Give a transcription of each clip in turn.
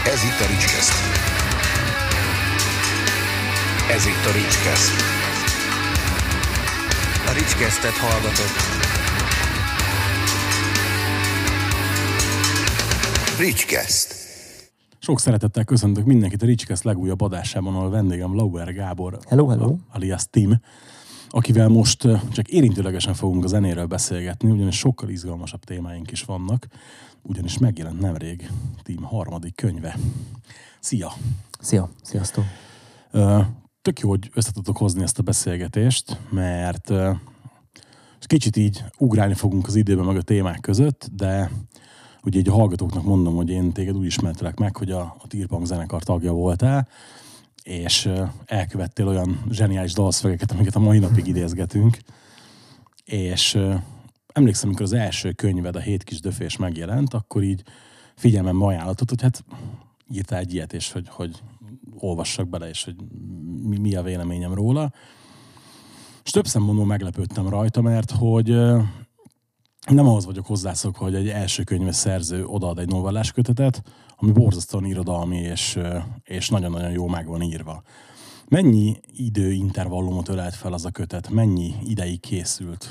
Ez itt a Ricskeszt. Ez itt a Ricskeszt. A Ricskesztet hallgatod. Ricskeszt. Sok szeretettel köszöntök mindenkit a Ricskeszt legújabb adásában, ahol vendégem Lauer Gábor, hello. alias Tim, akivel most csak érintőlegesen fogunk a zenéről beszélgetni, ugyanis sokkal izgalmasabb témáink is vannak, ugyanis megjelent nemrég Tim harmadik könyve. Szia! Szia! Sziasztok! Tök jó, hogy össze tudtok hozni ezt a beszélgetést, mert kicsit így ugrálni fogunk az időben meg a témák között, de ugye így a hallgatóknak mondom, hogy én téged úgy ismertelek meg, hogy a Tirpang zenekar tagja voltál, és elkövettél olyan zseniális dalszövegeket, amiket a mai napig idézgetünk. És emlékszem, amikor az első könyved, a 7 kis döfés megjelent, akkor így figyelmembe ajánlatot, hogy hát írtál egy ilyet, és hogy olvassak bele, és hogy mi a véleményem róla. És több szempontból meglepődtem rajta, mert hogy nem ahhoz vagyok hozzászokva, hogy egy első könyves szerző odaad egy novellás kötetet, ami borzasztóan irodalmi, és nagyon-nagyon jó meg van írva. Mennyi időintervallumot ölelt fel az a kötet? Mennyi ideig készült?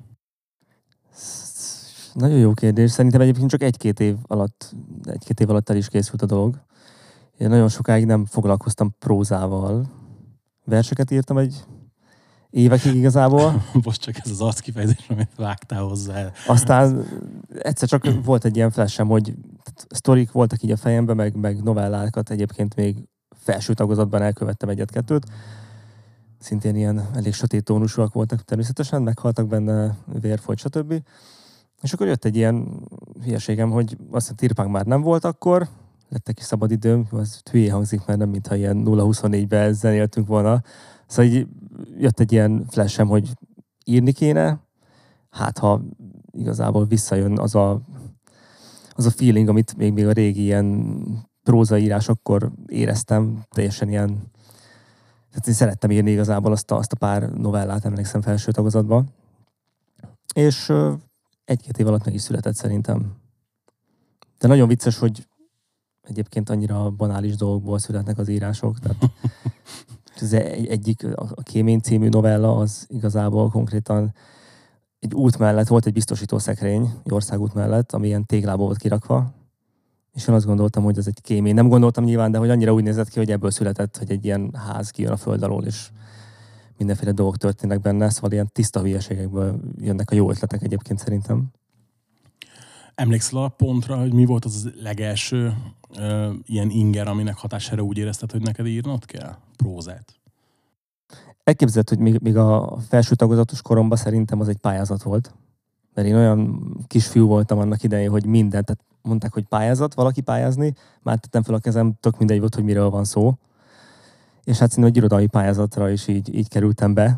Nagyon jó kérdés. Szerintem egyébként csak egy-két év alatt el is készült a dolog. Én nagyon sokáig nem foglalkoztam prózával. Verseket írtam egy évekig igazából. Most csak ez az arckifejezés, amit vágtál hozzá. Aztán egyszer csak volt egy ilyen flashem, hogy sztorik voltak így a fejemben, meg novellákat egyébként még felső tagozatban elkövettem egyet-kettőt. Szintén ilyen elég sötét tónusúak voltak természetesen, meghaltak benne, vér folyt, stb. És akkor jött egy ilyen hülyeségem, hogy azt a Tirpang már nem volt akkor, lett egy kis szabadidőm, az hülyé hangzik, mert nem mintha ilyen 0-24-ben zenéltünk volna. Szóval így jött egy ilyen flashem, hogy írni kéne, hát ha igazából visszajön az a feeling, amit még a régi ilyen prózaírásokkor éreztem, teljesen ilyen, tehát én szerettem írni igazából azt a pár novellát, emlékszem felső tagozatban. És egy-két év alatt meg is született szerintem. De nagyon vicces, hogy egyébként annyira banális dolgokból születnek az írások. Tehát ez egyik, a Kémény című novella, az igazából konkrétan egy út mellett volt egy biztosítószekrény, egy országút mellett, ami ilyen téglából volt kirakva. És én azt gondoltam, hogy ez egy kémény. Nem gondoltam nyilván, de hogy annyira úgy nézett ki, hogy ebből született, hogy egy ilyen ház kijön a föld alól, és mindenféle dolgok történnek benne. Szóval ilyen tiszta hülyeségekből jönnek a jó ötletek egyébként szerintem. Emlékszel a pontra, hogy mi volt az legelső ilyen inger, aminek hatására úgy érezted, hogy neked írnod kell prózát? Elképzelhető, hogy még a felső tagozatos koromban szerintem az egy pályázat volt. Mert én olyan kisfiú voltam annak idején, hogy mindent, tehát mondták, hogy pályázat, valaki pályázni, már tettem fel a kezem, tök mindegy volt, hogy miről van szó. És hát szerintem egy irodalmi pályázatra is így kerültem be.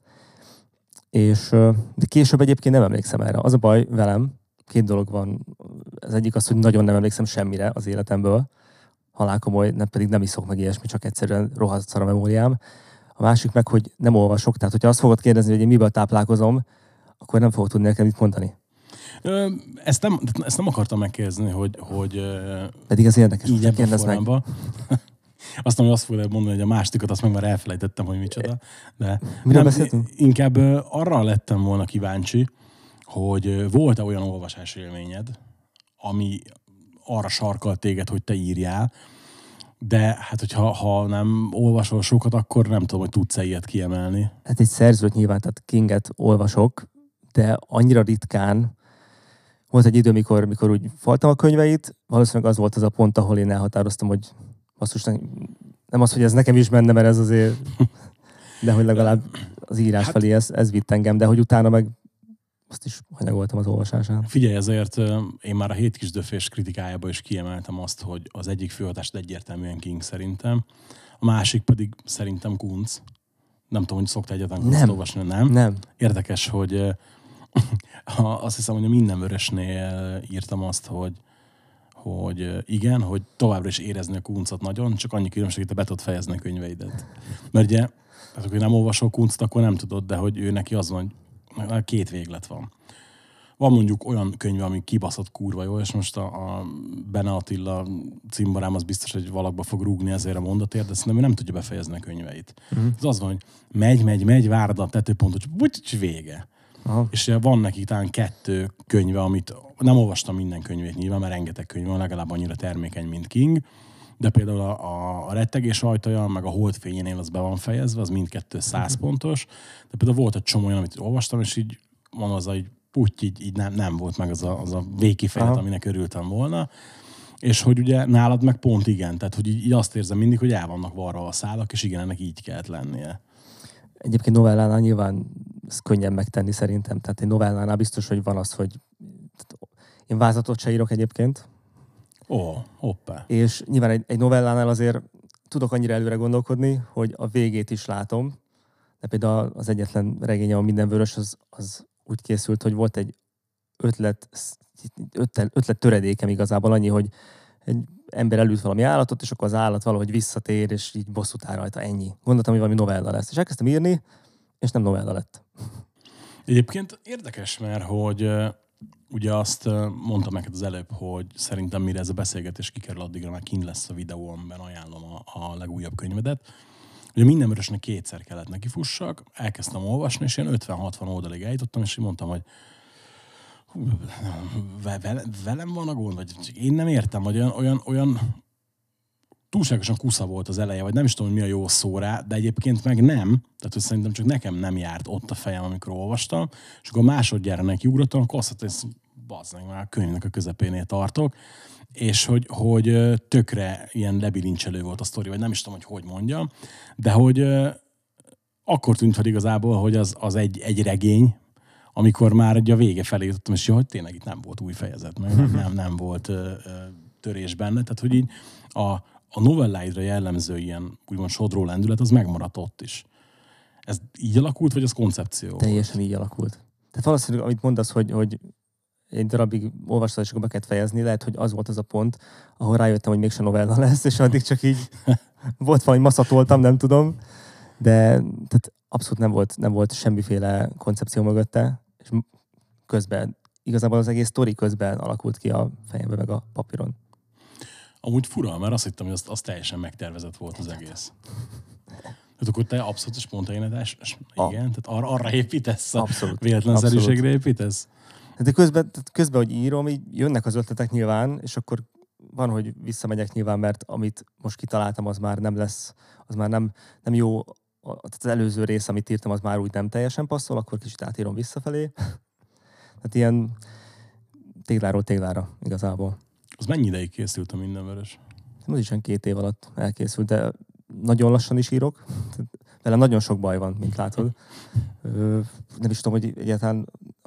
De később egyébként nem emlékszem erre. Az a baj velem, 2 dolog van. Az egyik az, hogy nagyon nem emlékszem semmire az életemből. Halálkomoly, pedig nem iszok meg ilyesmi, csak egyszerűen rohadt szar a memóriám. A másik meg, hogy nem olvasok. Tehát, hogyha azt fogod kérdezni, hogy én miből táplálkozom, akkor nem fogok tudni nekem mit mondani. Ezt nem akartam megkérdezni, hogy pedig az érdekes, így ebben a formában. Aztán, hogy azt fogod mondani, hogy a másikat, azt meg már elfelejtettem, hogy micsoda. De miről beszéltünk? Inkább arra lettem volna kíváncsi, hogy volt-e olyan olvasás élményed, ami arra sarkalt téged, hogy te írjál, de hát, hogyha nem olvasol sokat, akkor nem tudom, hogy tudsz-e ilyet kiemelni. Hát egy szerzőt nyilván, tehát Kinget olvasok, de annyira ritkán. Volt egy idő, mikor úgy faltam a könyveit, valószínűleg az volt az a pont, ahol én elhatároztam, hogy basszus, nem az, hogy ez nekem is menne, mert ez azért, de hogy legalább az írás felé ez vitt engem, de hogy utána meg azt is hanyagoltam az olvasásán. Figyelj, ezért én már a 7 kis döfés kritikájában is kiemeltem azt, hogy az egyik főhatást egyértelműen King szerintem, a másik pedig szerintem Kuntz. Nem tudom, hogy szoktál egyáltalán Kuntzt olvasni, nem? Nem. Érdekes, hogy azt hiszem, hogy a Minden vörösnél írtam azt, hogy igen, hogy továbbra is érezni a Kuntzot nagyon, csak annyi különbség, hogy te be tudod fejezni a könyveidet. Mert ugye, hát, hogy nem olvasol Kuntzt, akkor nem tudod, de hogy ő neki az van, hogy 2 véglet van. van mondjuk olyan könyv, ami kibaszott kurva jó, és most a Bene Attila cimborám az biztos, hogy valakba fog rúgni ezért a mondatért, de szerintem ő nem tudja befejezni a könyveit. Ez az van, hogy megy, várd a tetőpontot, hogy vége. Aha. És van neki talán 2 könyve, amit nem olvastam minden könyvét nyilván, mert rengeteg könyv van, legalább annyira termékeny, mint King, de például a Rettegés ajtaja, meg a Holdfényénél az be van fejezve, az mindkettő 100 pontos, de például volt egy csomó olyan, amit olvastam, és így van az, hogy így nem volt meg az a végkifejlet, aminek örültem volna. És hogy ugye nálad meg pont igen, tehát hogy így azt érzem mindig, hogy el vannak varva a szálak, és igen, ennek így kellett lennie. Egyébként novellánál nyilván ez könnyen megtenni szerintem. Tehát egy novellánál biztos, hogy van az, hogy én vázatot se írok egyébként. Hoppá. És nyilván egy novellánál azért tudok annyira előre gondolkodni, hogy a végét is látom. De például az egyetlen regény, a Minden vörös, az úgy készült, hogy volt egy ötlet töredékem igazából annyi, hogy egy ember elült valami állatot, és akkor az állat valahogy visszatér, és így bosszút áll rajta, ennyi. Gondoltam, hogy valami novella lesz. És elkezdtem írni, és nem novella lett. Egyébként érdekes, mert hogy ugye azt mondtam neked az előbb, hogy szerintem mire ez a beszélgetés kikerül, addigra már kint lesz a videó, amiben ajánlom a legújabb könyvedet. Ugye Minden vörösnek 2-szer kellett nekifussak, elkezdtem olvasni, és ilyen 50-60 oldalig eljutottam, és így mondtam, hogy velem van a gond, vagy én nem értem, vagy olyan túlságosan kusza volt az eleje, vagy nem is tudom, hogy mi a jó szó rá, de egyébként meg nem. Tehát, hogy szerintem csak nekem nem járt ott a fejem, amikor olvastam, és akkor másodjára nekiugrottam, akkor azt mondtam, hogy bazd meg, már a könyvnek a közepénél tartok, és hogy tökre ilyen lebilincselő volt a sztori, vagy nem is tudom, hogy mondjam, de hogy akkor tűnt fel igazából, hogy az egy regény, amikor már a vége felé jutottam, és hogy tényleg itt nem volt új fejezet, meg nem volt törés benne, tehát hogy így a novelláidra jellemző ilyen úgymond sodró lendület, az megmaradt ott is. Ez így alakult, vagy az koncepció? Teljesen így alakult. Tehát valószínűleg, amit mondasz, hogy egy darabig olvastad, és akkor be kellett fejezni, lehet, hogy az volt az a pont, ahol rájöttem, hogy mégsem novella lesz, és addig csak így volt valami maszatoltam, nem tudom, de tehát abszolút nem volt semmiféle koncepció mögötte, és közben, igazából az egész sztori közben alakult ki a fejembe, meg a papíron. Amúgy fura, mert azt hittem, hogy az teljesen megtervezett volt az egész. Tehát akkor te abszolút spontaneitás, igen, tehát arra építesz, véletlenszerűségre építesz? De közben, hogy írom, így jönnek az ötletek nyilván, és akkor van, hogy visszamegyek nyilván, mert amit most kitaláltam, az már nem lesz, az már nem jó, az előző rész, amit írtam, az már úgy nem teljesen passzol, akkor kicsit átírom visszafelé. Tehát ilyen tégláról téglára igazából. Az mennyi ideig készült a Minden vörös? Az is 2 év alatt elkészült, de nagyon lassan is írok. Vele nagyon sok baj van, mint látod. Nem is tudom, hogy egyáltalán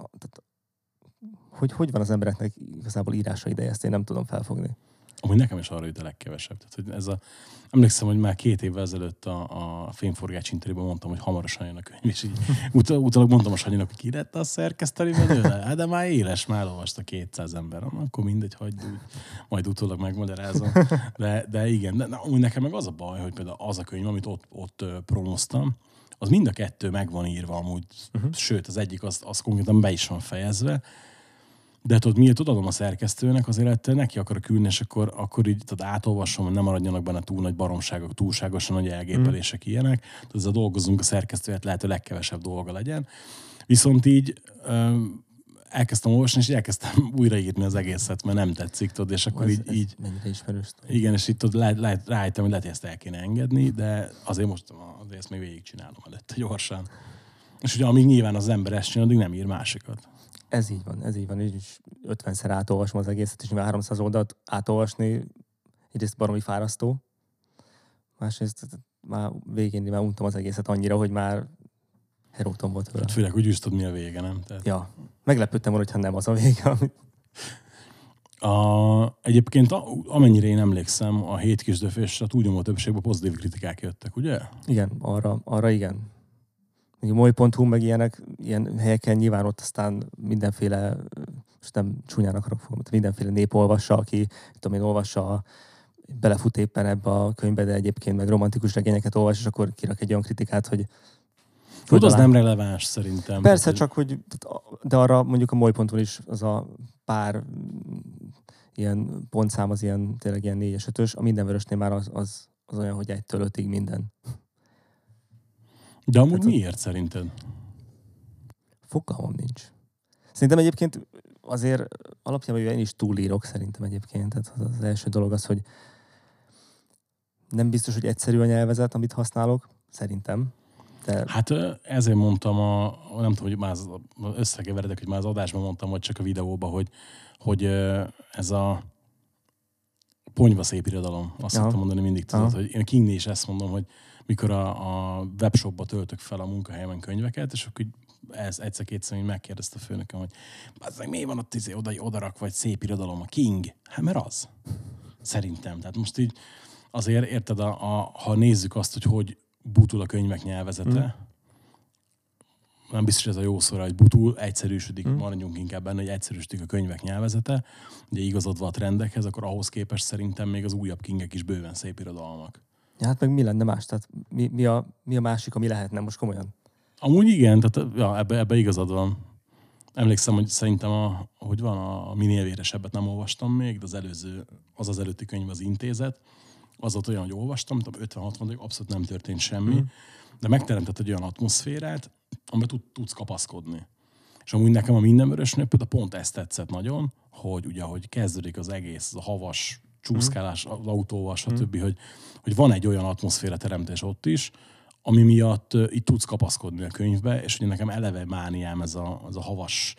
hogy van az embereknek igazából írása ideje, ezt én nem tudom felfogni. Amúgy nekem is arra jut a legkevesebb. Tehát, hogy emlékszem, hogy már 2 évvel ezelőtt a Fényforgács interjúban mondtam, hogy hamarosan jön a könyv, és így utólag mondtam a Sanyinak, hogy ki lett a szerkeszteni belőle? Hát de már éles, már elolvasta 200 ember. Akkor mindegy, hagyd úgy, majd utólag megmagyarázom. De igen, de amúgy nekem meg az a baj, hogy például az a könyv, amit ott promóztam, az mind a 2 meg van írva amúgy, sőt, az egyik az konkrétan be is van fejezve, de tudod, miért adom a szerkesztőnek, azért neki akarok küldni, és akkor így átolvasom, hogy nem maradjanak benne túl nagy baromságok, túlságosan nagy elgépelések ilyenek. Tehát ezzel dolgozunk a szerkesztőért, lehet, hogy legkevesebb dolga legyen. Viszont így elkezdtem olvasni, és elkezdtem újraírni az egészet, mert nem tetszik, tudod, és akkor így mennyire ismerős. Igen, és itt rájöttem, hogy lehet, hogy ezt el kéne engedni, de azért most ezt még végigcsinálom előtte gyorsan. És ugye amíg nyilván az ember ezt csinál, addig nem ír másikat. Ez így van, és 50-szer átolvasom az egészet, és mivel 300 oldalt átolvasni, egyrészt baromi fárasztó, másrészt már végén már untam az egészet annyira, hogy már heróton volt vele. Hát főleg, hogy just tudod, mi a vége, nem? Tehát... Ja, meglepődtem volna, hogyha nem az a vége, amit... Egyébként, amennyire én emlékszem, a 7 kisdöfésre túlnyomó többségben pozitív kritikák jöttek, ugye? Igen, arra igen. Moly.hu meg ilyen helyeken nyilván ott aztán mindenféle, most nem csúnyán akarok fogni, mindenféle nép olvassa, aki, tudom én, olvassa, belefut éppen ebbe a könyvbe, de egyébként meg romantikus regényeket olvas, és akkor kirak egy olyan kritikát, hogy Tudod, az nem releváns szerintem. Persze, csak hogy, de arra mondjuk a molyponton is az a pár ilyen pontszám az ilyen, tényleg ilyen 4-es, 5-ös, a mindenvörösnél már az olyan, hogy 1-től 5-ig minden. De amúgy miért szerinted? Fogalmam nincs. Szerintem egyébként azért alapjában én is túlírok szerintem egyébként. Tehát az első dolog az, hogy nem biztos, hogy egyszerű a nyelvezet, amit használok, szerintem. De... Hát ezért mondtam, nem tudom, hogy már összekeveredek, hogy már az adásban mondtam, vagy csak a videóban, hogy ez a ponyva szép irodalom. Azt szoktam mondani mindig, tudod, hogy én Kingnél is ezt mondom, hogy mikor a webshopba töltök fel a munkahelyemen könyveket, és akkor egyszer-kétszer megkérdezte a főnököm, hogy miért van ott odarak, vagy szép irodalom a King? Hát mert az. Szerintem. Tehát most így azért érted, ha nézzük azt, hogy butul a könyvek nyelvezete, nem biztos, ez a jó szóra, hogy butul, egyszerűsödik, maradjunk inkább benne, hogy egyszerűsödik a könyvek nyelvezete, ugye igazodva a trendekhez, akkor ahhoz képest szerintem még az újabb Kingek is bőven szép irodalmak. Ja, hát meg mi lenne más? Tehát mi a másik, ami lehetne most komolyan? Amúgy igen, tehát ja, ebbe igazad van. Emlékszem, hogy szerintem hogy van, a minél véresebbet nem olvastam még, de az előtti könyv az Intézet. Az volt olyan, hogy olvastam, 50-60-ig abszolút nem történt semmi, de megteremtett egy olyan atmoszférát, amiben tudsz kapaszkodni. És amúgy nekem a Mindenvörösnél például pont ezt tetszett nagyon, hogy ugye, ahogy kezdődik az egész, az a havas csúszkálás az autóval, stb., hogy van egy olyan atmoszféra teremtés ott is, ami miatt így tudsz kapaszkodni a könyvbe, és ugye nekem eleve mániám ez a havas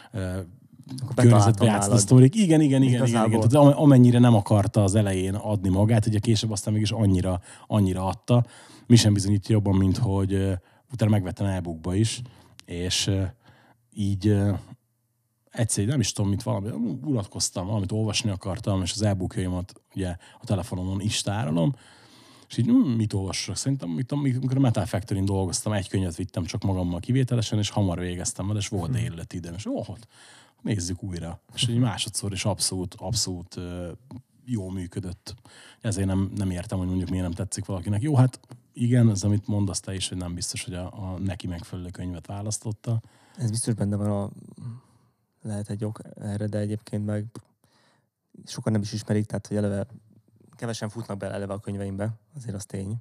környezetbe játszott a sztorik. Igen. Tehát amennyire nem akarta az elején adni magát, ugye később aztán mégis annyira adta. Mi sem bizonyítja jobban, mint hogy utána megvettem e-bookba is, és így egyszer, nem is tudom, mit valami, unatkoztam, valamit olvasni akartam, és az e-bookjaimat ugye a telefonomon is tárolom, és így mit olvasok? Szerintem, amikor a Metal Factory-n dolgoztam, egy könyvet vittem csak magammal kivételesen, és hamar végeztem el, és volt délelőtt időm, és nézzük újra. És így másodszor is abszolút jól működött. Ezért nem értem, hogy mondjuk miért nem tetszik valakinek. Jó, hát igen, az, amit mondasz te is, hogy nem biztos, hogy a neki megfelelő könyvet választotta. Ez biztos benne van lehet egy ok erre, de egyébként meg sokan nem is ismerik, tehát hogy eleve kevesen futnak bele eleve a könyveimbe, azért az tény.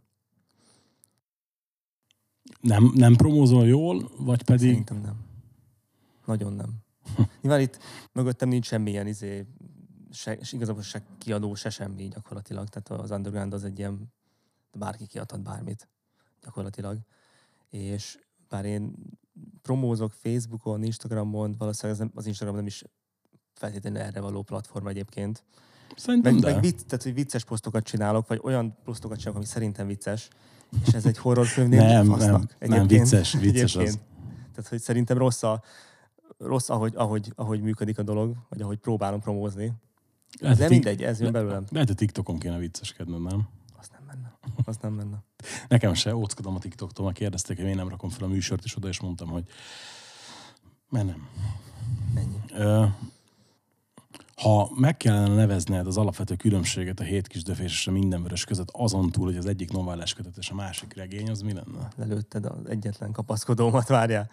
Nem promózol jól, vagy pedig... Szerintem nem. Nagyon nem. Nyilván itt mögöttem nincs semmilyen és igazából se kiadó, se semmi gyakorlatilag. Tehát az Underground az egy ilyen, bárki kiadhat bármit gyakorlatilag. És bár én promózok Facebookon, Instagramon, valószínűleg az Instagram nem is feltétlenül erre való platform egyébként. Szerintem tehát, hogy vicces posztokat csinálok, vagy olyan posztokat csinálok, ami szerintem vicces, és ez egy horrorkönyvnél fasznak. Nem, vicces az. Tehát, hogy szerintem rossz ahogy működik a dolog, vagy ahogy próbálom promózni. De mindegy, ez jön belőlem. Lehet, hogy TikTokon kéne vicceskedned, nem? Az nem menne. Nekem se, óckodom a TikToktól, már kérdezték, hogy én nem rakom fel a műsort is oda, és mondtam, hogy nem. Ennyi. Ha meg kellene nevezned az alapvető különbséget a Hét kis döfés és a Mindenvörös között, azon túl, hogy az egyik novellás kötet és a másik regény, az mi lenne? Lelőtted az egyetlen kapaszkodómat, várjál.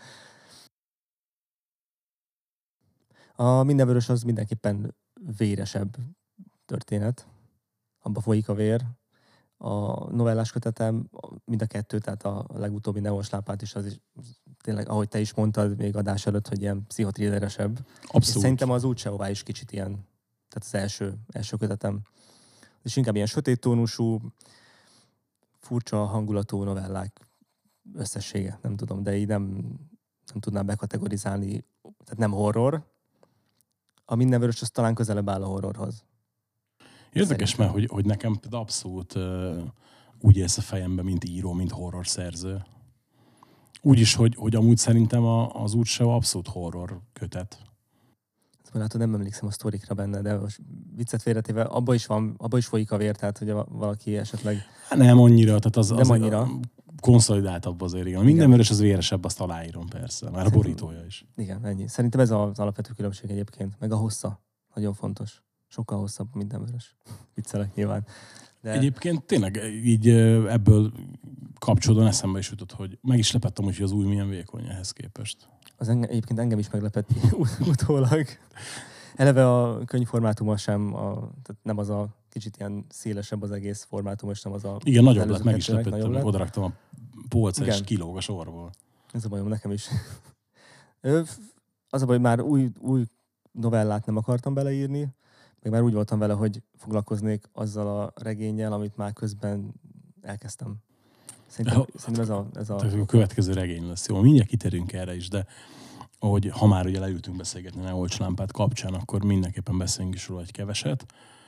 A Mindenvörös az mindenképpen véresebb történet. Abba folyik a vér. A novellás kötetem, mind a kettő, tehát a legutóbbi Neonslápát is, az is tényleg, ahogy te is mondtad még adás előtt, hogy ilyen pszichotrilleresebb. Abszolút. És szerintem az Úgysehová is kicsit ilyen, tehát az első kötetem. És inkább ilyen sötét tónusú, furcsa hangulatú novellák összessége, nem tudom, de így nem tudnám bekategorizálni, tehát nem horror. A Mindenvörös az talán közelebb áll a horrorhoz. Érdekes, mert hogy nekem abszolút úgy élsz a fejembe, mint író, mint horror szerző. Úgyis, hogy amúgy szerintem az Úgysehová abszolút horror kötet. Látod, nem emlékszem a sztorikra benne, de most viccet félretéve, abba is folyik a vér, tehát hogy valaki esetleg... Nem annyira, tehát az annyira. Konszolidáltabb azért, igen. A Mindenvörös az véresebb, azt aláírom persze, már a borítója is. Igen, ennyi. Szerintem ez az alapvető különbség egyébként, meg a hossza. Nagyon fontos. Sokkal hosszabb, mint Nemvörös. Viccelek nyilván. De... Egyébként tényleg így ebből kapcsolódóan eszembe is jutott, hogy meg is lepettem, hogy az új milyen vékony ehhez képest. Egyébként engem is meglepett utólag. Eleve a könyvformátuma sem, tehát nem az a kicsit ilyen szélesebb az egész formátum, és nem az a... Igen, nagyobb lett, meg is lepettem, odaraktam a polcra, és kilóg a sorból. Ez a bajom, nekem is. Az a baj, hogy már új novellát nem akartam beleírni, meg már úgy voltam vele, hogy foglalkoznék azzal a regénnyel, amit már közben elkezdtem. Szerintem ez a következő regény lesz. Jó, mindjárt kiterünk erre is, de ahogy ha már ugye leültünk beszélgetni a Olcs lámpát kapcsán, akkor mindenképpen beszéljünk is róla egy keveset.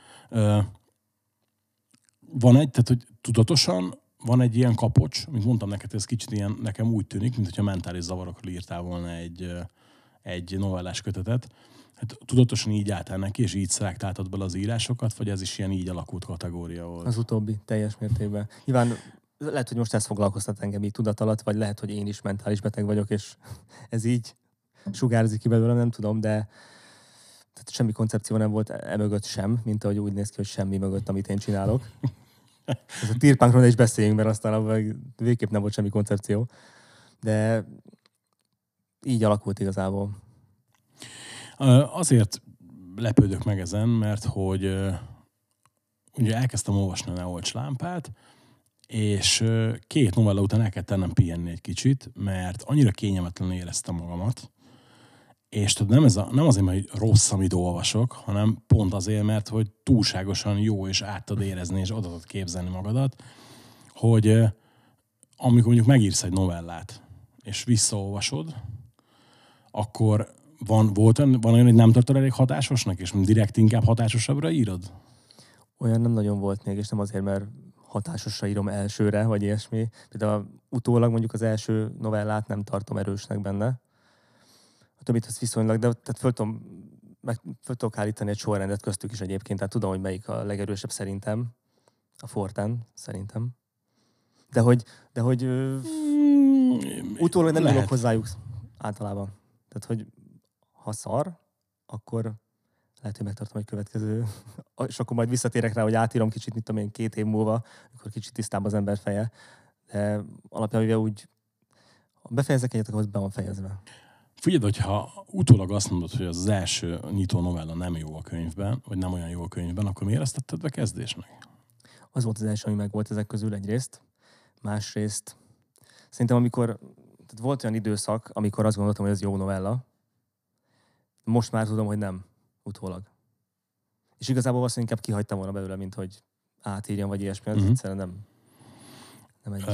Van egy, tehát hogy tudatosan van egy ilyen kapocs, mint mondtam neked, ez kicsit ilyen, nekem úgy tűnik, mint hogyha mentális zavarokról írtál volna egy novellás kötetet. Hát tudatosan így álltál neki, és így szelektáltad bele az írásokat, vagy ez is ilyen így alakult kategória volt? Az utóbbi, teljes mértékben. Nyilván lehet, hogy most ez foglalkoztat engem így tudat alatt, vagy lehet, hogy én is mentális beteg vagyok, és ez így sugárzik ki belőlem, nem tudom, de tehát semmi koncepció nem volt emögött sem, mint ahogy úgy néz ki, hogy semmi mögött, amit én csinálok. Ez a Tirpunkról is beszéljünk, mert aztán abban végképp nem volt semmi koncepció. De így alakult igazából. Azért lepődök meg ezen, mert hogy ugye elkezdtem olvasni a Olcs lámpát, és 2 novella után el kellett tennem pihenni egy kicsit, mert annyira kényelmetlenül éreztem magamat, és tudod, nem azért, mert rossz, amit olvasok, hanem pont azért, mert hogy túlságosan jó, és át tudod érezni, és oda tudod képzelni magadat, hogy amikor mondjuk megírsz egy novellát, és visszaolvasod, akkor van olyan, hogy nem tartod elég hatásosnak, és direkt inkább hatásosabbra írod? Olyan nem nagyon volt még, és nem azért, mert hatásosra írom elsőre, vagy ilyesmi. Például utólag mondjuk az első novellát nem tartom erősnek benne. A többit az viszonylag, de tehát föl tudok állítani egy sorrendet köztük is egyébként, tehát tudom, hogy melyik a legerősebb szerintem. A Forten, szerintem. De hogy utólag nem tudok hozzájuk általában. Tehát, hogy ha szar, akkor lehet, hogy megtartom egy következő, és akkor majd visszatérek rá, hogy átírom kicsit, mit tudom én, 2 év múlva, akkor kicsit tisztább az ember feje. De alapján úgy, ha befejezek egyet, akkor be van fejezve. Figyeld, hogyha utólag azt mondod, hogy az első nyitó novella nem jó a könyvben, vagy nem olyan jó a könyvben, akkor miért ezt tetted be kezdésnek? Az volt az első, ami meg volt ezek közül egyrészt. Másrészt szerintem tehát volt olyan időszak, amikor azt gondoltam, hogy ez jó novella. Most már tudom, hogy nem. Utólag. És igazából valószínűleg inkább kihagytam volna belőle, mint hogy átírjam, vagy ilyesmi. Ez egyszerűen nem egy...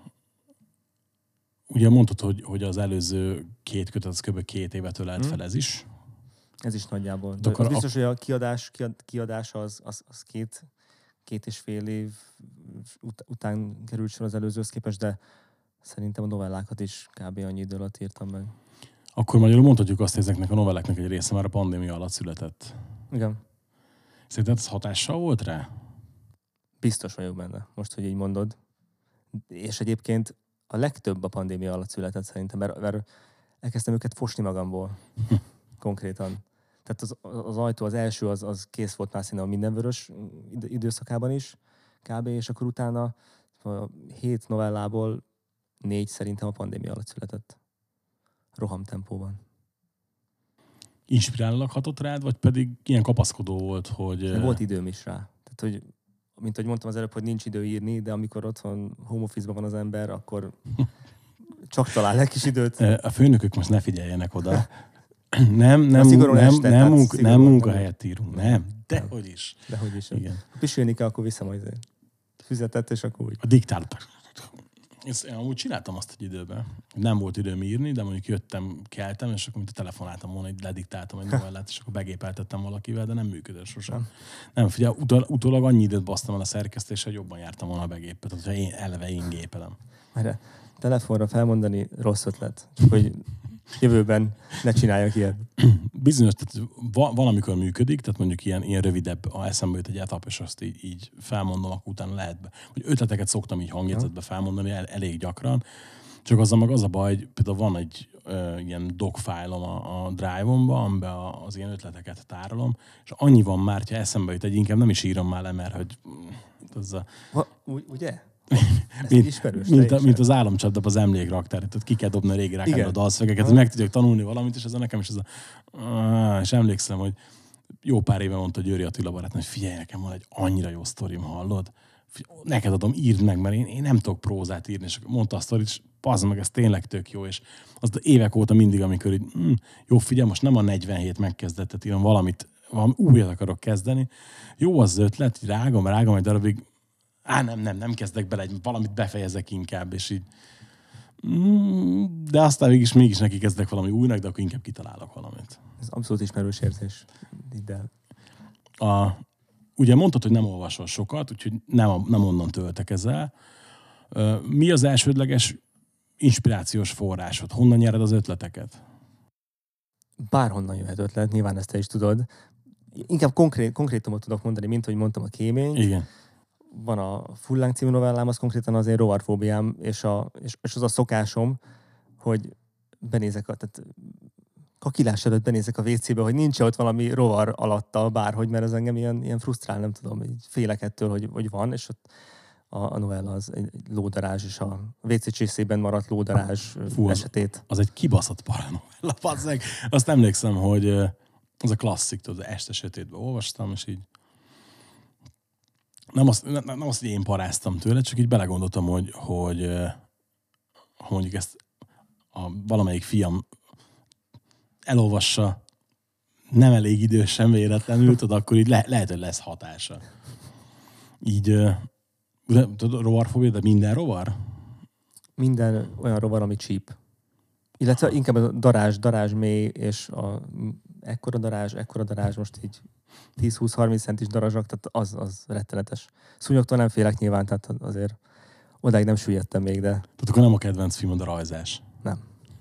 Ugye mondtad, hogy az előző 2 kötet az kb. 2 évet ölelt fel ez is. Ez is nagyjából. De az biztos, hogy a kiadás az 2,5 év után került sor az előzőhöz képest, de szerintem a novellákat is kb. Annyi idő alatt írtam meg. Akkor magyarul mondhatjuk azt, hogy ezeknek a novelláknak egy része már a pandémia alatt született. Igen. Szerinted ez hatással volt rá? Biztos vagyok benne, most, hogy így mondod. És egyébként a legtöbb a pandémia alatt született szerintem, mert elkezdtem őket fosni magamból. Konkrétan. Tehát az ajtó, az első, az kész volt már színe a Mindenvörös időszakában is, kb. És akkor utána a 7 novellából 4 szerintem a pandémia alatt született. Rohamtempóban. Inspirálólag hatott rád, vagy pedig ilyen kapaszkodó volt, hogy... Volt időm is rá. Tehát, hogy mint ahogy mondtam az előbb, hogy nincs idő írni, de amikor otthon home office-ban van az ember, akkor csak talál egy kis időt. A főnökök most ne figyeljenek oda. Nem munkahelyet írunk. Nem, dehogy is. Dehogy is. Igen. Ha pisilni kell, akkor vissza majd füzetet, és akkor úgy. A diktáltak. Én amúgy csináltam azt egy időben. Nem volt időm írni, de mondjuk keltem, és akkor mint telefonáltam volna, hogy lediktáltam egy novellát, és akkor begépeltettem valakivel, de nem működött sosem. Nem, figyelj, utólag annyi időt basztam el a szerkesztésre, hogy jobban jártam volna a begépet, hogyha én gépelem. Mert telefonra felmondani rossz ötlet, csak hogy jövőben ne csináljak ilyet. Bizonyos, tehát van, amikor működik, tehát mondjuk ilyen rövidebb, ha eszembe jut egy etap, és azt így felmondom, akkor utána lehet be. Hogy ötleteket szoktam így hangjegyzetbe felmondani elég gyakran, Csak azzal meg az a baj, hogy például van egy ilyen dogfile-om a Drive-omba, amiben az ilyen ötleteket tárolom, és annyi van már, ha eszembe jut, egy inkább nem is írom már le, mert hogy az a... Ugye? Mint az álomcsapdában az emlékraktár. Tehát ki kell dobni a régi rákádba a dalszövegeket, hogy meg tudjak tanulni valamit, és ez nekem is ez a... És emlékszem, hogy jó pár éve mondta Győri Attila barátnő, hogy figyelj, nekem van egy annyira jó sztorim, hallod? Neked adom, írd meg, mert én nem tudok prózát írni, és mondta a sztorit, és pazd meg, ez tényleg tök jó, és az évek óta mindig, amikor így, jó, figyelj, most nem a 47 megkezdettet írom, valami újat akarok kezdeni. Jó az ötlet, így rágom egy darabig, nem kezdek bele, valamit befejezek inkább, és így de aztán mégis neki kezdek valami újnak, de akkor inkább kitalálok valamit. Ez abszolút ismerős érzés. Ugye mondtad, hogy nem olvasol sokat, úgyhogy nem onnan töltekezel. Mi az elsődleges inspirációs forrásod? Honnan nyered az ötleteket? Bárhonnan jöhet ötlet, nyilván ezt te is tudod. Inkább konkrétumot tudok mondani, mint hogy mondtam a kéményt. Igen. Van a Full-láng című novellám, az konkrétan az én rovarfóbiám, és az a szokásom, hogy benézek, tehát kakilás előtt benézek a WC-be, hogy nincs ott valami rovar alatta bárhogy, mert ez engem ilyen frusztrál, nem tudom, így félek ettől, hogy van, és ott a novella az egy lódarázs, és a WC csészében maradt lódarázs esetét. Az egy kibaszott paranovella, passzeg. Azt emlékszem, hogy az a klasszik, tudod, az Este sötétben olvastam, és így nem azt, hogy én paráztam tőle, csak így belegondoltam, hogy mondjuk ezt valamelyik fiam elolvassa nem elég idősen véletlenül, tudod, akkor így lehet, hogy lesz hatása. Így, tudod, rovarfóbia, de minden rovar? Minden olyan rovar, ami cheap. Illetve inkább a darázs mély, és ekkora darázs, most így 10-20-30 centis darazsak, tehát az rettenetes. Szúnyoktól nem félek nyilván, tehát azért odáig nem süllyedtem még, de... Tehát akkor nem a kedvenc filmod a rajzás? Nem.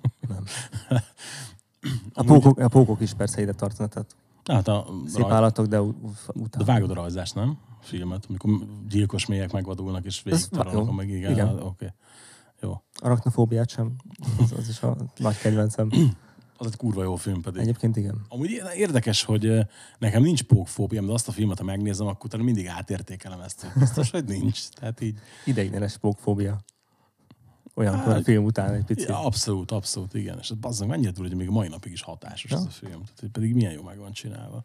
A pókok is persze ide tartanak, tehát szép állatok, de utána. De vágod a rajzást, nem? A filmet, amikor gyilkos mélyek megvadulnak, és végigtarolnak meg, igen. Okay. Jó. Arachnofóbiát sem. Az is a nagy kedvencem. Az egy kurva jó film pedig. Egyébként igen. Amúgy érdekes, hogy nekem nincs pókfóbiám, de azt a filmet, ha megnézem, akkor utána mindig átértékelem ezt. Biztos, hogy nincs. Tehát így... Ideiglenes pókfóbia. Olyankor a film után egy picit. Ja, abszolút, igen. És bazzag, mennyire túl, hogy még a mai napig is hatásos ez a film. Tehát, pedig milyen jó meg van csinálva.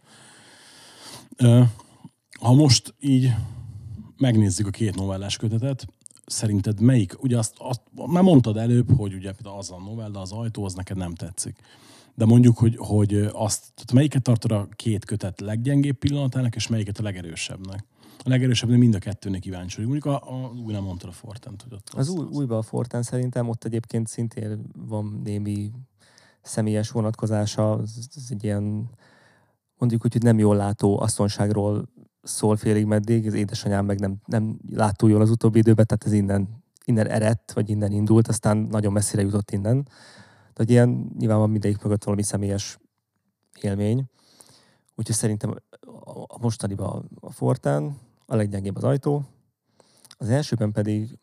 Ha most így megnézzük a két novellás kötetet, szerinted melyik, ugye azt már mondtad előbb, hogy ugye az a novella, az Ajtó, az neked nem tetszik. De mondjuk, hogy tehát melyiket tartod a két kötet leggyengébb pillanatának, és melyiket a legerősebbnek? A legerősebbnek mind a kettőnek kíváncsi vagyok. Mondjuk új nem mondtad a Fortent, hogy ott az újban a Forten szerintem ott egyébként szintén van némi személyes vonatkozása. Ez egy ilyen, mondjuk úgy, hogy nem jól látó asszonságról szól félig meddig. Az édesanyám meg nem lát túl jól az utóbbi időben, tehát ez innen eredt, vagy innen indult, aztán nagyon messzire jutott innen. Tehát ilyen nyilván van mindegyik mögött valami személyes élmény. Úgyhogy szerintem a mostaniban a Forten, a leggyengébb az Ajtó. Az elsőben pedig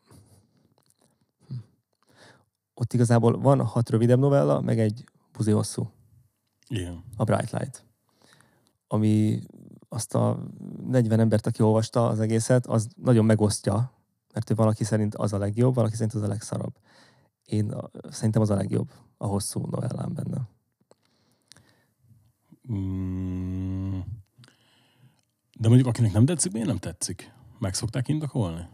ott igazából van 6 rövidebb novella, meg egy buzi hosszú. Igen. A Bright Light. Ami azt a 40 embert, aki olvasta az egészet, az nagyon megosztja, mert valaki szerint az a legjobb, valaki szerint az a legszarabb. Én szerintem az a legjobb, a hosszú novellám benne. De mondjuk akinek nem tetszik, miért nem tetszik? Meg szokták indokolni?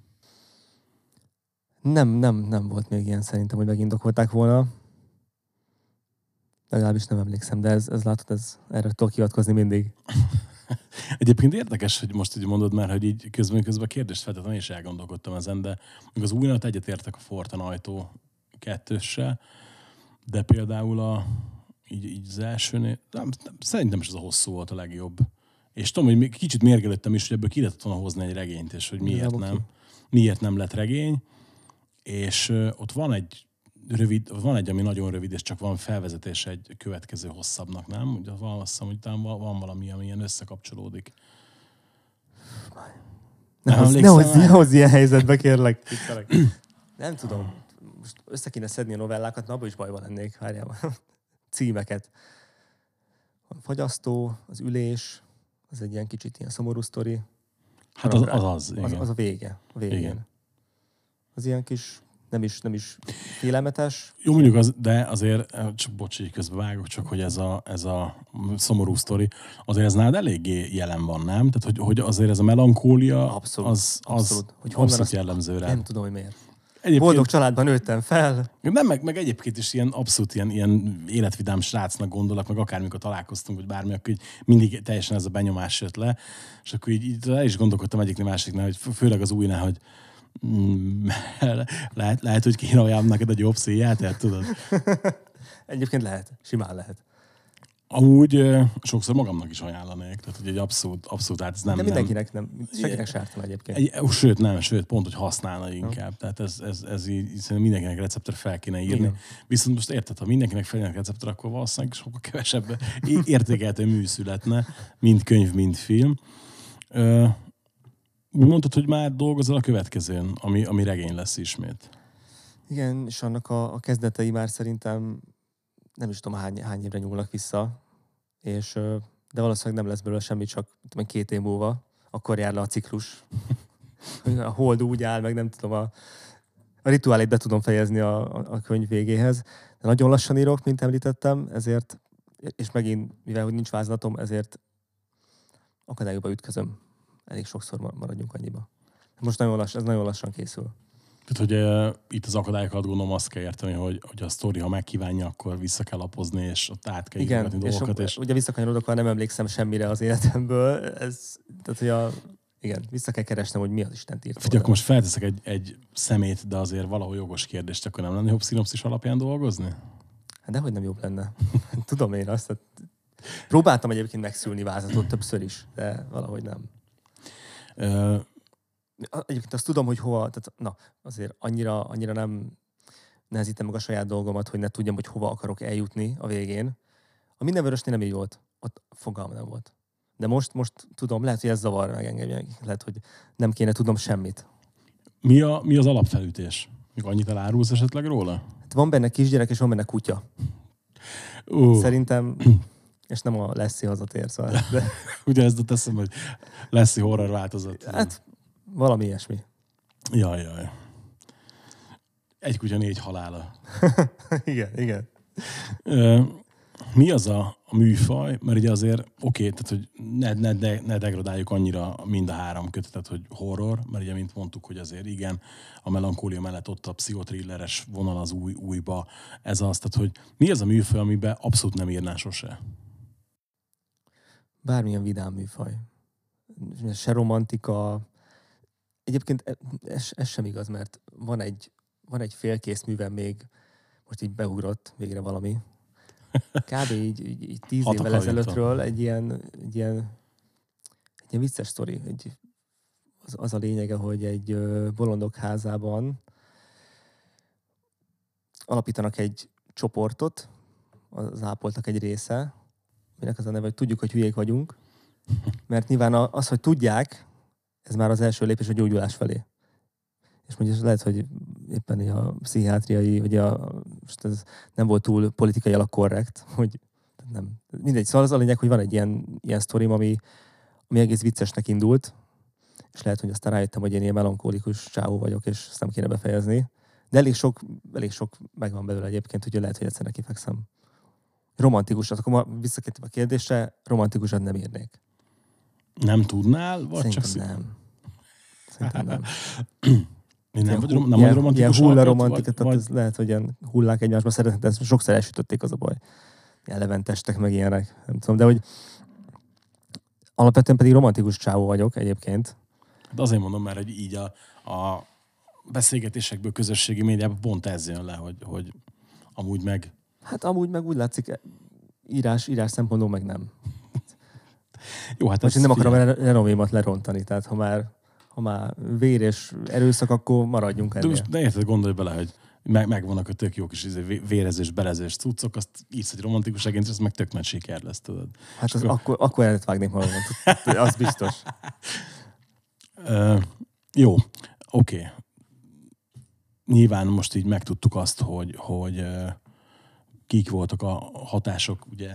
Nem volt még ilyen szerintem, hogy megindokolták volna. Legalábbis nem emlékszem, de ez látod, erre tudok hivatkozni mindig. Egyébként érdekes, hogy most így mondod már, hogy így közben a kérdést feltettem, én is elgondolkodtam ezen, de az újnat egyetértek a Forten Ajtó 2-ssel, de például így az elsőnél, szerintem is az a hosszú volt a legjobb. És tudom, hogy még kicsit mérgelődtem is, hogy ebből ki lehetett volna hozni egy regényt, és hogy miért nem lett regény. És ott van egy, ami nagyon rövid, és csak van felvezetés egy következő hosszabbnak, nem? Ugye azt hiszem, hogy van valami, ami ilyen összekapcsolódik. Ne hozz ilyen helyzetbe, kérlek. Nem tudom. most össze kéne szedni a novellákat, na abban is bajban lennék, várjál. Címeket. A fagyasztó, az ülés, az egy ilyen kicsit ilyen szomorú sztori. Hát az, igen. Az a vége. A végén. Igen. Az ilyen kis, nem is félelmetes. Jó, mondjuk de azért, csak bocsi, közben vágok, csak hogy ez a szomorú sztori, azért ez nálad eléggé jelen van, nem? Tehát, hogy azért ez a melankólia, abszolút. Hogy abszolút jellemző rá. Nem tudom, hogy miért. Egyébként, boldog családban nőttem fel. Nem, meg egyébként is ilyen abszolút ilyen életvidám srácnak gondolok, meg akármikor találkoztunk, vagy bármi, akkor mindig teljesen ez a benyomás jött le, és akkor így el is gondolkodtam egyiknél másiknál, hogy főleg az újnál, hogy lehet, hogy kéne ajánlom neked egy jobb széjjátert, tudod? Egyébként lehet, simán lehet. Amúgy sokszor magamnak is ajánlanék, tehát hogy egy abszolút hát ez nem... De mindenkinek nem, senkinek sártam egyébként. Sőt, pont, hogy használna inkább. Tehát ez így szerintem mindenkinek receptre fel kéne írni. Igen. Viszont most érted, ha mindenkinek felírnak receptre, akkor valószínűleg sokkal kevesebb értékelhető mű születne, mind könyv, mind film. Mondtad, hogy már dolgozol a következőn, ami regény lesz ismét. Igen, és annak a kezdetei már szerintem nem is tudom hány évre nyúlnak vissza, és, de valószínűleg nem lesz belőle semmi, csak 2 év múlva, akkor jár le a ciklus. A hold úgy áll, meg nem tudom, a rituálét be tudom fejezni a könyv végéhez. De nagyon lassan írok, mint említettem, ezért, és megint, mivel hogy nincs vázlatom, ezért akadályokba ütközöm. Elég sokszor maradjunk annyiba. Most ez nagyon lassan készül. Tehát, hogy itt az akadályokat gondolom azt kell érteni, hogy a sztori, ha megkívánja, akkor vissza kell lapozni, és ott át kell írogatni dolgokat. És ugye visszakanyarodok, ha nem emlékszem semmire az életemből. Tehát, hogy igen, vissza kell keresnem, hogy mi az Istent írt. Figyelj, akkor most felteszek egy szemét, de azért valahol jogos kérdést, akkor nem lenne jobb szinopszis alapján dolgozni? Hát dehogy nem jobb lenne. Tudom én azt. Próbáltam egyébként megszülni vázatot többször is, de valahogy nem. Egyébként azt tudom, hogy hova, tehát azért annyira nem nehezítem meg a saját dolgomat, hogy ne tudjam, hogy hova akarok eljutni a végén. A Mindenvörösnél nem így volt. Ott fogalma nem volt. De most tudom, lehet, hogy ez zavar meg engem. Lehet, hogy nem kéne tudnom semmit. Mi az alapfelütés? Még annyit elárulsz esetleg róla? Hát van benne kisgyerek, és van benne kutya. Szerintem, és nem a Lassie hazatér, szóval. De... Ugye ezt teszem, hogy Lassie horror változat. Hát valami ilyesmi. Jaj. Egy kutya 4 halála. Igen. Mi az a műfaj? Mert ugye azért tehát hogy ne degradáljuk annyira mind a 3 kötetet, hogy horror, mert ugye, mint mondtuk, hogy azért igen, a melankólia mellett ott a pszichotrilleres vonal az újba. Ez az, tehát hogy mi az a műfaj, amiben abszolút nem írnál sose? Bármilyen vidám műfaj. Se romantika. Egyébként ez sem igaz, mert van egy félkész művem még, most így beugrott végre valami. Kb. így 10 évvel ezelőttről egy ilyen vicces sztori. Az a lényege, hogy egy bolondok házában alapítanak egy csoportot, az ápoltak egy része, aminek az a neve, hogy tudjuk, hogy hülyék vagyunk, mert nyilván az, hogy tudják, ez már az első lépés a gyógyulás felé. És mondjuk lehet, hogy éppen a pszichiátriai, vagy most ez nem volt túl politikailag korrekt, hogy nem. Mindegy, szóval az a lényeg, hogy van egy ilyen sztorim, ami egész viccesnek indult, és lehet, hogy aztán rájöttem, hogy én ilyen melankólikus csávó vagyok, és ezt nem kéne befejezni. De elég sok megvan belőle egyébként, hogy lehet, hogy egyszer nekifekszem. Romantikusat, akkor ma visszakértem a kérdésre, romantikusat nem írnék. Nem tudnál? Vagy Szerintem nem. Nem vagy romantikus? Ilyen hullaromantika, tehát ez lehet, hogy ilyen hullák egymásba szeretnek, de ezt sokszor elsütötték, az a baj. Ilyen leventestek, meg ilyenek. Nem tudom, de hogy alapvetően pedig romantikus csávó vagyok egyébként. De azért mondom, mert hogy így a beszélgetésekből, közösségi médiában pont ez jön le, hogy amúgy meg... Hát amúgy meg úgy látszik, írás szempontból meg nem. Jó, hát most én nem akarom renomémat lerontani, tehát ha már vér és erőszak, akkor maradjunk ennél. De érted, gondolj bele, hogy megvannak a tök jó kis vérezés, belezés cuccok, azt írsz egy romantikus regényt, és az meg tök nagy siker lesz, tudod. Hát akkor el vágnék magamat, az biztos. Jó, oké. nyilván most így megtudtuk azt, hogy kik voltak a hatások, ugye?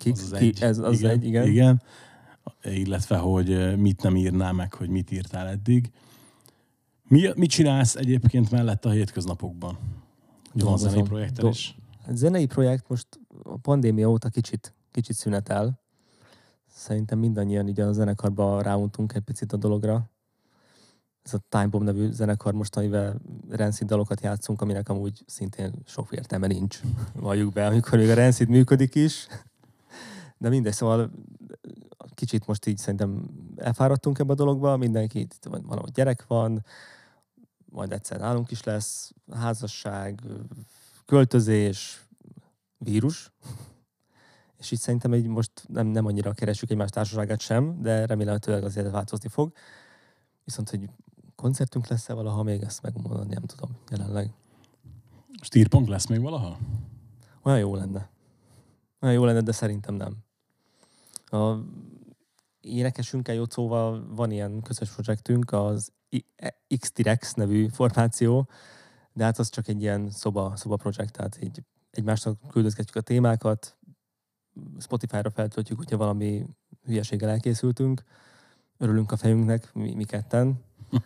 Igen. Illetve, hogy mit nem írnál meg, hogy mit írtál eddig. Mit csinálsz egyébként mellett a hétköznapokban? Van zenei projekttel is? A zenei projekt most a pandémia óta kicsit szünetel. Szerintem mindannyian így a zenekarban ráuntunk egy picit a dologra. Ez a Time Bomb nevű zenekar most, amivel Rancid dalokat játszunk, aminek amúgy szintén sok értelme nincs. Valljuk be, amikor még a Rancid működik is. De mindegy, szóval kicsit most így szerintem elfáradtunk ebbe a dologba, mindenki, valahogy gyerek van, majd egyszer nálunk is lesz, házasság, költözés, vírus, és így szerintem így most nem annyira keresjük egymás társaságát sem, de remélhetőleg azért változni fog. Viszont, hogy koncertünk lesz-e valaha még, ezt megmondani nem tudom jelenleg. Stirpunk lesz még valaha? Olyan jó lenne, de szerintem nem. A énekesünkkel, Jocóval van ilyen közös projektünk, az X-T-Rex nevű formáció, de hát az csak egy ilyen szoba projekt, tehát így egymásnak küldözgetjük a témákat, Spotify-ra feltöltjük, hogyha valami hülyeséggel elkészültünk, örülünk a fejünknek, mi ketten,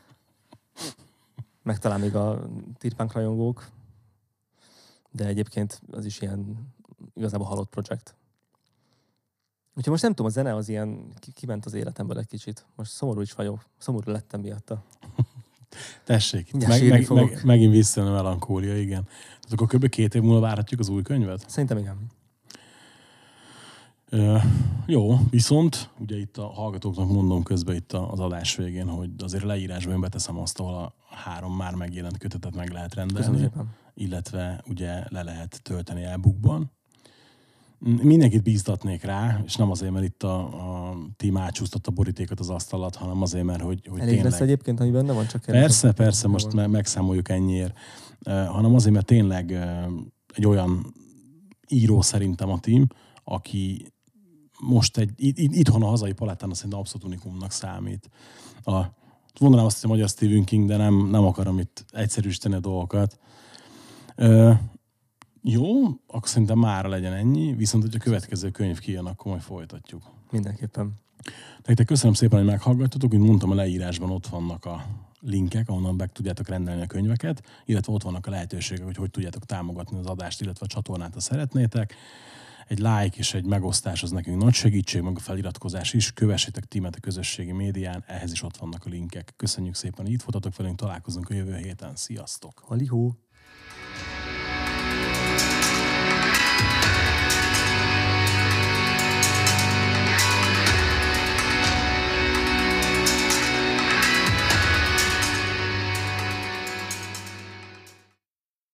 meg talán még a Tirpunk rajongók, de egyébként az is ilyen igazából halott projekt. Úgyhogy most nem tudom, a zene az ilyen kiment az életemből egy kicsit. Most szomorú is vagyok. Szomorú lettem miatta. Tessék, megint visszajön a melankólia, igen. Tehát akkor kb. 2 év múlva várhatjuk az új könyvet? Szerintem igen. Jó, viszont ugye itt a hallgatóknak mondom közben itt az adás végén, hogy azért leírásban én beteszem azt, ahol a 3 már megjelent kötetet meg lehet rendelni, illetve ugye le lehet tölteni e-bookban. Mindenkit bíztatnék rá, és nem azért, mert itt a tím átsúsztott a borítékot az asztal alatt, hanem azért, mert hogy elég tényleg... lesz egyébként, ami benne van? Csak persze, most megszámoljuk ennyiért. Hanem azért, mert tényleg egy olyan író szerintem a tím, aki most itthon a hazai palettán szerintem abszolút unikumnak számít. Mondanám azt, hogy a magyar Stephen King, de nem akarom itt egyszerűsíteni a dolgokat. Jó, akkor szerintem mára legyen ennyi, viszont hogy a következő könyv kijön, akkor majd folytatjuk. Mindenképpen. Nektek köszönöm szépen, hogy meghallgattatok, mint mondtam, a leírásban ott vannak a linkek, ahonnan meg tudjátok rendelni a könyveket, illetve ott vannak a lehetőségek, hogy tudjátok támogatni az adást, illetve a csatornát, ha szeretnétek. Egy like és egy megosztás az nekünk nagy segítség, meg a feliratkozás is. Kövessétek Tímet a közösségi médián, ehhez is ott vannak a linkek. Köszönjük szépen, hogy itt voltatok velünk, találkozunk a jövő héten. Sziasztok! Halihó!